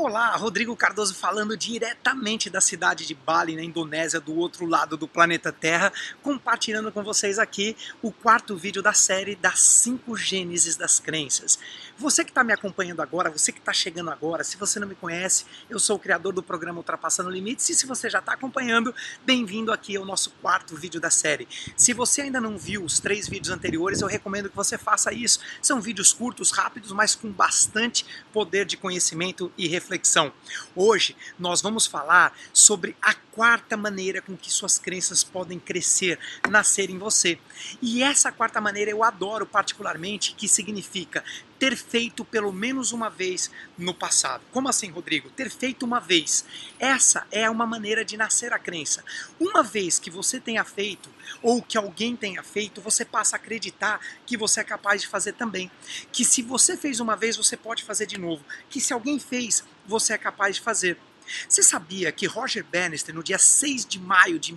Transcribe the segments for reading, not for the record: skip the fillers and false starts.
Olá, Rodrigo Cardoso falando diretamente da cidade de Bali, na Indonésia, do outro lado do planeta Terra, compartilhando com vocês aqui o quarto vídeo da série das 5 Gênesis das Crenças. Você que está me acompanhando agora, você que está chegando agora, se você não me conhece, eu sou o criador do programa Ultrapassando Limites, e se você já está acompanhando, bem-vindo aqui ao nosso quarto vídeo da série. Se você ainda não viu os 3 vídeos anteriores, eu recomendo que você faça isso. São vídeos curtos, rápidos, mas com bastante poder de conhecimento e reflexão. Hoje nós vamos falar sobre a quarta maneira com que suas crenças podem crescer, nascer em você. E essa quarta maneira eu adoro particularmente, que significa ter feito pelo menos uma vez no passado. Como assim, Rodrigo? Ter feito uma vez. Essa é uma maneira de nascer a crença. Uma vez que você tenha feito, ou que alguém tenha feito, você passa a acreditar que você é capaz de fazer também. Que se você fez uma vez, você pode fazer de novo. Que se alguém fez, você é capaz de fazer. Você sabia que Roger Bannister, no dia 6 de maio de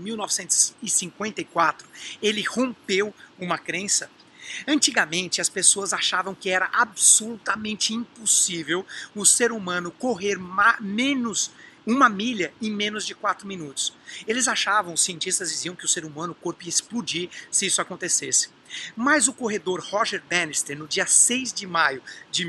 1954, ele rompeu uma crença? Antigamente, as pessoas achavam que era absolutamente impossível o ser humano correr menos uma milha em menos de 4 minutos. Eles achavam, os cientistas diziam que o ser humano, o corpo ia explodir se isso acontecesse. Mas o corredor Roger Bannister, no dia 6 de maio de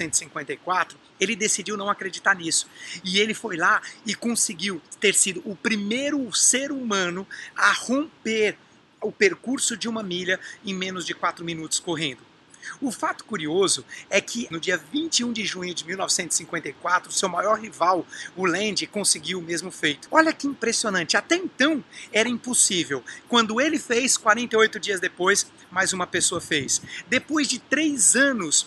1954, ele decidiu não acreditar nisso. E ele foi lá e conseguiu ter sido o primeiro ser humano a romper o percurso de uma milha em menos de 4 minutos correndo. O fato curioso é que no dia 21 de junho de 1954, seu maior rival, o Land, conseguiu o mesmo feito. Olha que impressionante, até então era impossível. Quando ele fez, 48 dias depois, mais uma pessoa fez. Depois de 3 anos,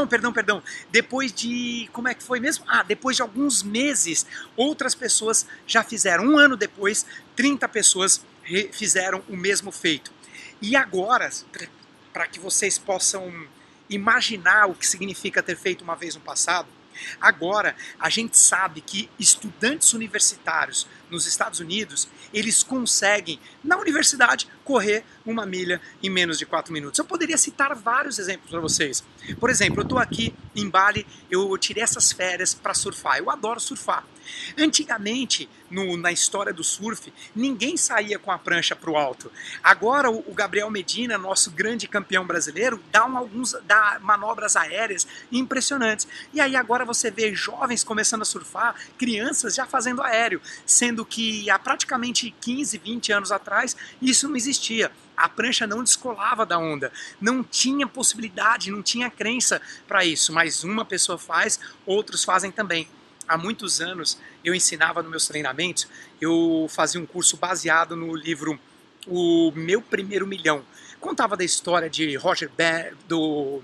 depois de, como é que foi mesmo? Depois de alguns meses, outras pessoas já fizeram. 1 ano depois, 30 pessoas fizeram o mesmo feito. E agora, para que vocês possam imaginar o que significa ter feito uma vez no passado, agora a gente sabe que estudantes universitários nos Estados Unidos, eles conseguem, na universidade, correr 1 milha em menos de 4 minutos. Eu poderia citar vários exemplos para vocês. Por exemplo, eu estou aqui em Bali, eu tirei essas férias para surfar. Eu adoro surfar. Antigamente, na história do surf, ninguém saía com a prancha para o alto. Agora o Gabriel Medina, nosso grande campeão brasileiro, dá manobras aéreas impressionantes. E aí agora você vê jovens começando a surfar, crianças já fazendo aéreo, sendo que há praticamente 15, 20 anos atrás isso não existia. A prancha não descolava da onda, não tinha possibilidade, não tinha crença para isso, mas uma pessoa faz, outros fazem também. Há muitos anos eu ensinava nos meus treinamentos, eu fazia um curso baseado no livro O Meu Primeiro Milhão. Contava da história de do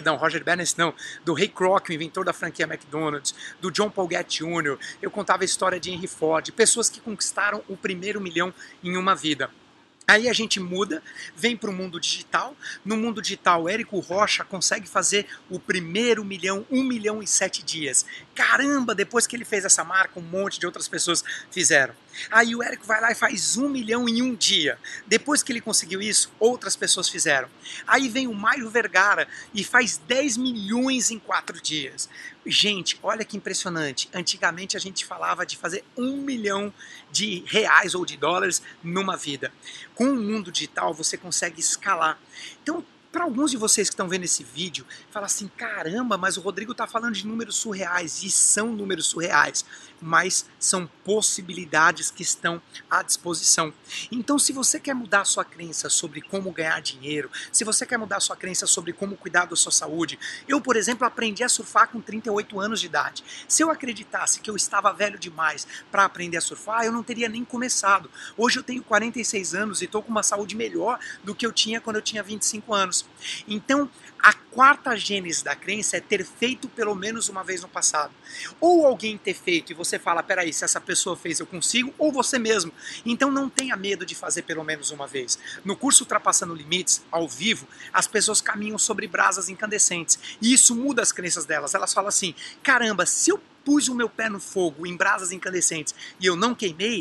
Ray Kroc, o inventor da franquia McDonald's, do John Paul Getty Jr. Eu contava a história de Henry Ford, pessoas que conquistaram o primeiro milhão em uma vida. Aí a gente muda, vem para o mundo digital. No mundo digital, Érico Rocha consegue fazer o primeiro milhão, 1 milhão em 7 dias. Caramba, depois que ele fez essa marca, um monte de outras pessoas fizeram. Aí o Érico vai lá e faz 1 milhão em 1 dia. Depois que ele conseguiu isso, outras pessoas fizeram. Aí vem o Mário Vergara e faz 10 milhões em 4 dias. Gente, olha que impressionante. Antigamente a gente falava de fazer 1 milhão de reais ou de dólares numa vida. Com o mundo digital você consegue escalar. Então, para alguns de vocês que estão vendo esse vídeo, fala assim, caramba, mas o Rodrigo está falando de números surreais, e são números surreais, mas são possibilidades que estão à disposição. Então, se você quer mudar a sua crença sobre como ganhar dinheiro, se você quer mudar a sua crença sobre como cuidar da sua saúde, eu, por exemplo, aprendi a surfar com 38 anos de idade. Se eu acreditasse que eu estava velho demais para aprender a surfar, eu não teria nem começado. Hoje eu tenho 46 anos e estou com uma saúde melhor do que eu tinha quando eu tinha 25 anos. Então, a quarta gênese da crença é ter feito pelo menos uma vez no passado. Ou alguém ter feito e você fala, peraí, se essa pessoa fez eu consigo, ou você mesmo. Então não tenha medo de fazer pelo menos uma vez. No curso Ultrapassando Limites, ao vivo, as pessoas caminham sobre brasas incandescentes. E isso muda as crenças delas. Elas falam assim, caramba, se eu pus o meu pé no fogo em brasas incandescentes e eu não queimei,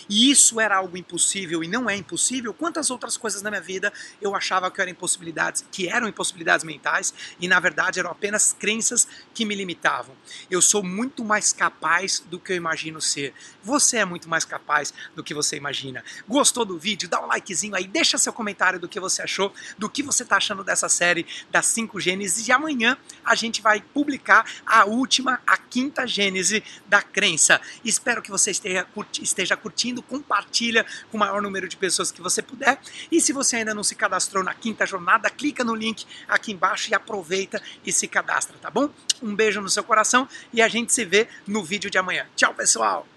e isso era algo impossível e não é impossível, quantas outras coisas na minha vida eu achava que eram impossibilidades mentais e na verdade eram apenas crenças que me limitavam. Eu sou muito mais capaz do que eu imagino ser. Você é muito mais capaz do que você imagina. Gostou do vídeo? Dá um likezinho aí, deixa seu comentário do que você achou, do que você está achando dessa série das 5 Gênesis, e amanhã a gente vai publicar a quinta Gênese da crença. Espero que você esteja curtindo, compartilha com o maior número de pessoas que você puder, e se você ainda não se cadastrou na quinta jornada, clica no link aqui embaixo e aproveita e se cadastra, tá bom? Um beijo no seu coração e a gente se vê no vídeo de amanhã. Tchau, pessoal!